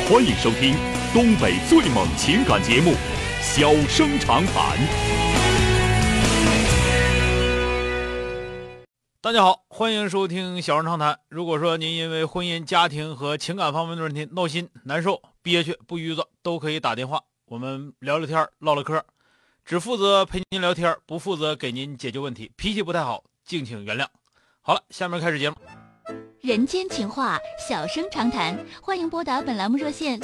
欢迎收听东北最猛情感节目《小生长谈》。 大家好，欢迎收听《小生长谈》。如果说您因为婚姻、家庭和情感方面的问题闹心、难受、憋屈、不愉快，都可以打电话，我们聊聊天、唠唠嗑，只负责陪您聊天，不负责给您解决问题。脾气不太好，敬请原谅。好了，下面开始节目。 人间情话，小生长谈，欢迎拨打本栏目热线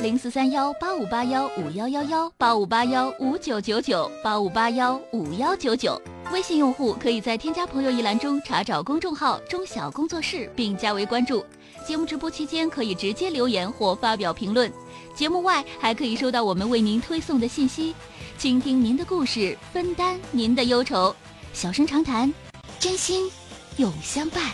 0431-8581-5111、8581-5999、8581-5199。微信用户可以在添加朋友一栏中查找公众号中小工作室并加为关注。节目直播期间可以直接留言或发表评论，节目外还可以收到我们为您推送的信息，倾听您的故事，分担您的忧愁。小生长谈，真心永相伴。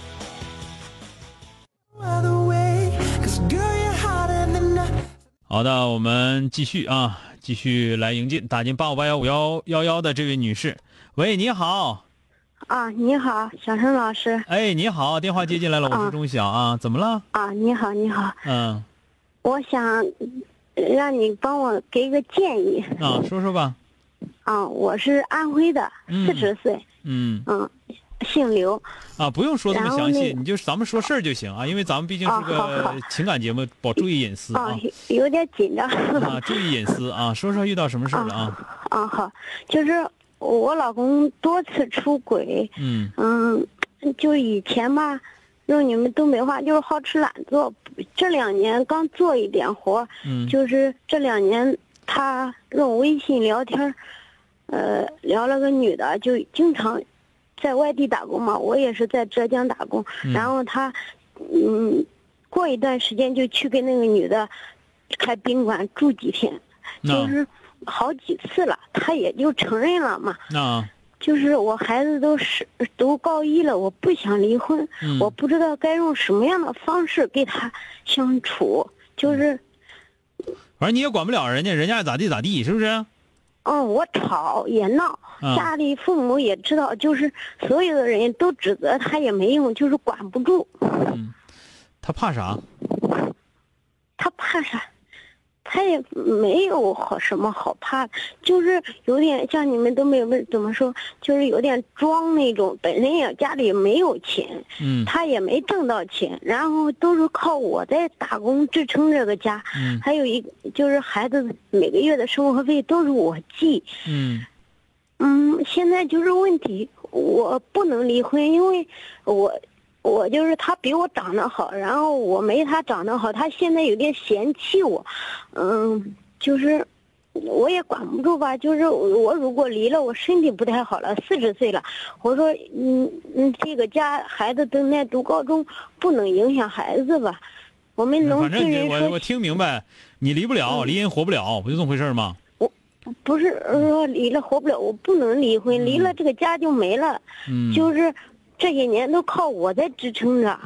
好的，我们继续来迎进打进8581-5111的这位女士。喂，你好。 你好，小生老师。 哎，你好，电话接进来了，我是钟晓啊，怎么了？ 你好。我想让你帮我给个建议。 说说吧。 我是安徽的，40岁。姓刘。 不用说那么详细，你就咱们说事儿就行啊，因为咱们毕竟是个情感节目，注意隐私啊。 有点紧张。 注意隐私啊，说说遇到什么事了啊？ 好，就是我老公多次出轨。就以前吧，用你们东北话就是好吃懒做，这2年刚做一点活。就是这2年他用微信聊天，聊了个女的，就经常在外地打工嘛，我也是在浙江打工。然后他过一段时间就去跟那个女的开宾馆住几天，就是好几次了，他也就承认了嘛。就是我孩子都高1了，我不想离婚。我不知道该用什么样的方式跟他相处，就是反正你也管不了人家爱咋地咋地，是不是？ 我吵也闹，家里父母也知道，就是所有的人都指责他也没用，就是管不住。 他怕啥？ 他怕啥？他也没有什么好怕的，就是有点像你们都没有怎么说，就是有点装那种。本身也家里没有钱，他也没挣到钱，然后都是靠我在打工支撑这个家。还有一个就是孩子每个月的生活费都是我寄。现在就是问题，我不能离婚，因为我就是他比我长得好，然后我没他长得好，他现在有点嫌弃我。就是我也管不住吧，就是我如果离了，我身体不太好了，40岁了，我说这个家孩子都在读高中，不能影响孩子吧。我们农村人说， 我听明白，你离不了，离人活不了，不就这么回事吗？ 我不是说离了活不了，我不能离婚，离了这个家就没了。就是这些年都靠我在支撑着。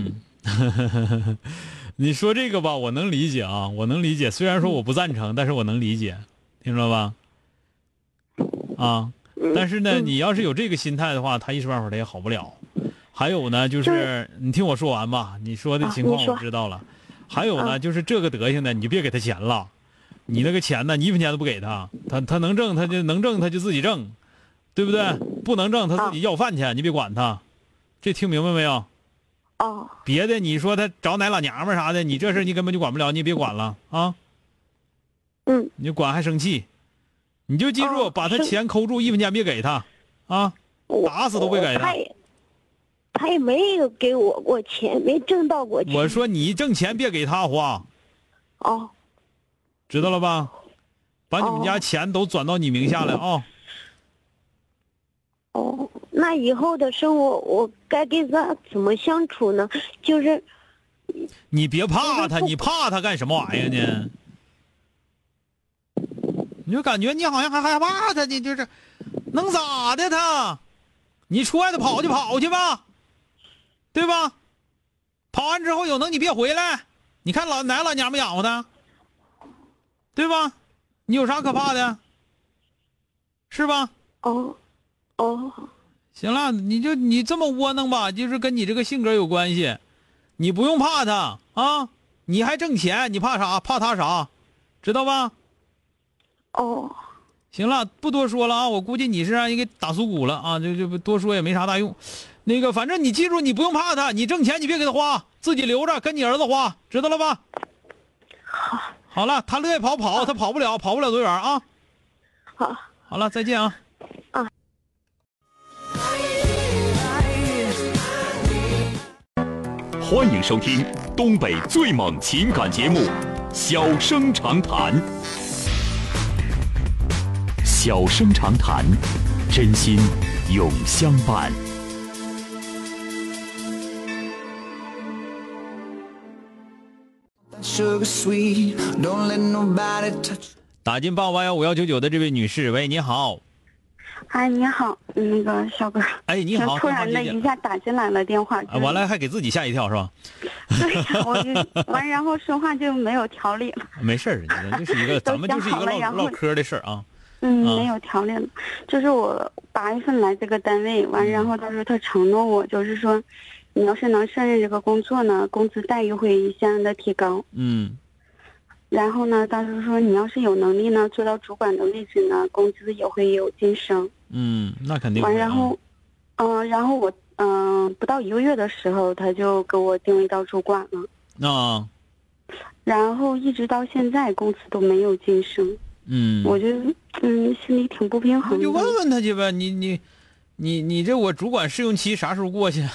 你说这个吧，我能理解啊，我能理解。虽然说我不赞成，但是我能理解，听着吧？但是呢，你要是有这个心态的话，他一时半会儿他也好不了。还有呢，就是你听我说完吧，你说的情况我知道了。还有呢，就是这个德行的，你就别给他钱了。你那个钱呢，你1分钱都不给他，他能挣他就能挣，他就自己挣，对不对？不能挣他自己要饭去，你别管他。这听明白没有？别的你说他找哪老娘们啥的，你这事你根本就管不了，你也别管了啊。你管还生气，你就记住把他钱抠住，1分钱别给他啊，打死都别给他。 他也没有给我过钱，没挣到过钱。 我说你挣钱别给他花。知道了吧？把你们家钱都转到你名下来啊。 那以后的生活我该跟他怎么相处呢？就是你别怕他，你怕他干什么玩意儿呢？你就感觉你好像还害怕他，你就是能咋的他？你出外头跑就跑去吧，对吧？跑完之后有能你别回来，你看哪老娘们养活他，对吧？你有啥可怕的？是吧？行了，你这么窝囊吧，就是跟你这个性格有关系。你不用怕他啊， 你还挣钱，你怕啥？怕他啥？知道吧？ 哦， 行了，不多说了啊！我估计你是让人给打酥骨了啊！就不多说也没啥大用。那个，反正你记住，你不用怕他，你挣钱你别给他花，自己留着跟你儿子花，知道了吧？ 好， 好了，他乐意跑，他跑不了多远啊！ 好， 好了，再见啊！ 啊。 欢迎收听东北最猛情感节目《小生长谈》。小生长谈，真心永相伴。打进8581599的这位女士，喂，你好。 哎，你好，那个小哥。 哎，你好。 突然的一下打进来了电话。 完了还给自己吓一跳是吧？ 对呀，我就完，然后说话就没有条理了。 没事儿，就是一个咱们就是一个唠嗑的事儿啊。 没有条理了。就是我8月份来这个单位，完，然后他说他承诺我，就是说，你要是能胜任这个工作呢，工资待遇会相应的提高。然后呢，当时说你要是有能力呢，做到主管的位置呢，工资也会有晋升。 那肯定。 完，然后我不到1个月的时候，他就给我定位到主管了。 啊。 然后一直到现在，工资都没有晋升。我就心里挺不平衡的。 你就问问他去呗，你这我主管试用期啥时候过去？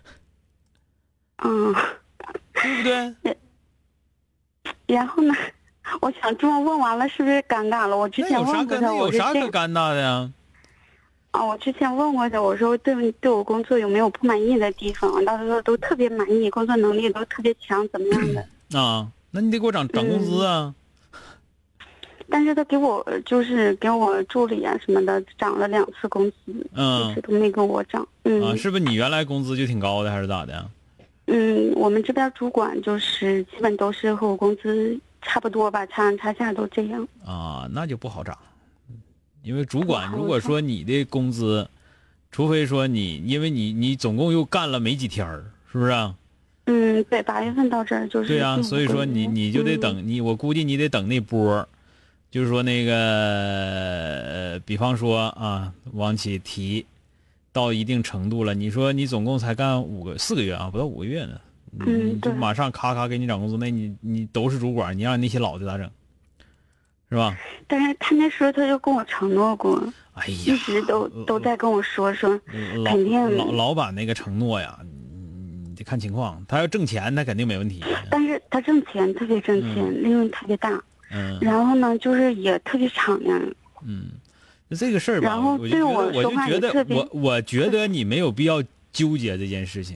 对不对？ 然后呢，我想这么问完了，是不是尴尬了？我之前问过他， 那有啥可尴尬的呀？ 我之前问过他，我说对我工作有没有不满意的地方？当时说都特别满意，工作能力都特别强，怎么样的？ 那你得给我涨工资啊！ 但是他给我助理啊什么的涨了2次工资，一直都没给我涨。 是不是你原来工资就挺高的，还是咋的？ 我们这边主管就是基本都是和我工资差不多吧，差价都这样。 那就不好涨，因为主管如果说你的工资，除非说因为你总共又干了没几天儿，是不是啊？ 对，8月份到这儿就是。 对呀，所以说你就得等我估计你得等那波，就是说那个比方说往起提。到一定程度了，你说你总共才干4个月啊，不到5个月呢，你就马上咔咔给你涨工资，那你都是主管，你让那些老的咋整？是吧？但是他那时候他就跟我承诺过，一直都在跟我说肯定老板那个承诺呀，你得看情况，他要挣钱，他肯定没问题。 但是他挣钱特别挣钱，利润特别大，然后呢，就是也特别敞亮。 这个事儿吧， 然后对我说话也特别， 我觉得你没有必要纠结这件事情。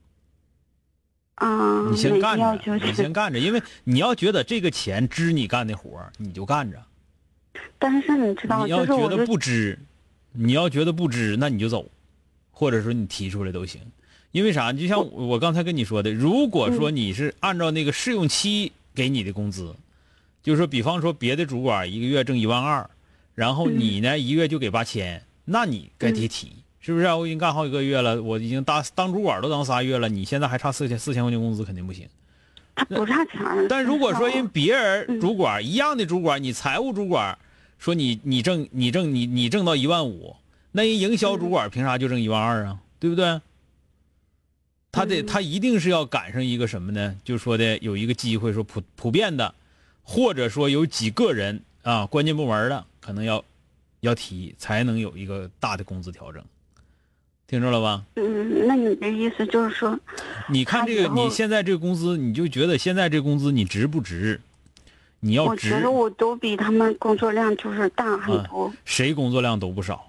你先干着，因为你要觉得这个钱值你干的活，你就干着。 但是你知道， 你要觉得不值，那你就走，或者说你提出来都行。因为啥？就像我刚才跟你说的，如果说你是按照那个试用期给你的工资，就是说，比方说别的主管1个月挣12000。然后你呢，1个月就给8000，那你该提，是不是？我已经干好几个月了，我已经当主管都当3月了，你现在还差4000块钱工资，肯定不行。 他不差钱。 但如果说因别人主管一样的主管，你财务主管说你挣到15000，那人营销主管凭啥就挣12000啊？对不对？他一定是要赶上一个什么呢？就说的有一个机会，说普遍的，或者说有几个人关键部门的。可能要提，才能有一个大的工资调整，听着了吧？ 那你的意思就是说， 你看这个，你现在这个工资，你就觉得现在这个工资你值不值？你要值。 我觉得我都比他们工作量就是大很多。 谁工作量都不少。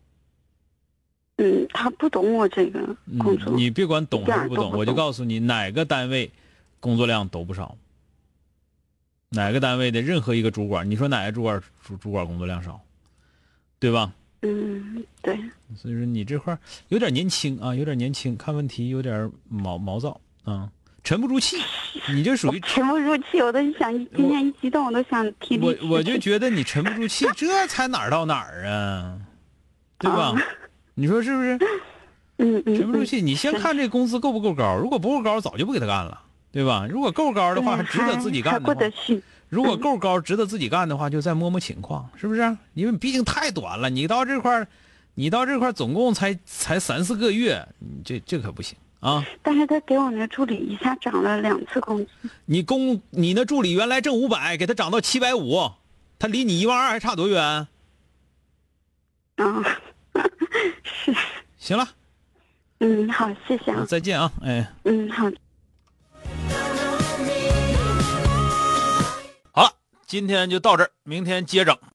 他不懂我这个工作。 你别管懂还是不懂，我就告诉你，哪个单位工作量都不少。哪个单位的任何一个主管，你说哪个主管工作量少，对吧？ 对。 所以说你这块有点年轻，看问题有点毛躁沉不住气。你这属于沉不住气，我都想今天一激动，我都想提。 我就觉得你沉不住气，这才哪儿到哪儿啊，对吧？你说是不是？沉不住气。你先看这工资够不够高，如果不够高，早就不给他干了。 对吧？如果够高的话，还值得自己干的话， 还过得去。 如果够高值得自己干的话，就再摸摸情况，是不是？因为毕竟太短了，你到这块总共才3-4个月，这可不行啊！ 但是他给我那助理一下涨了2次工资。 你那助理原来挣500，给他涨到750，他离你12000还差多远？ 啊，是。 行了。 好，谢谢啊。 再见啊，哎。 好。 好了，今天就到这儿，明天接整。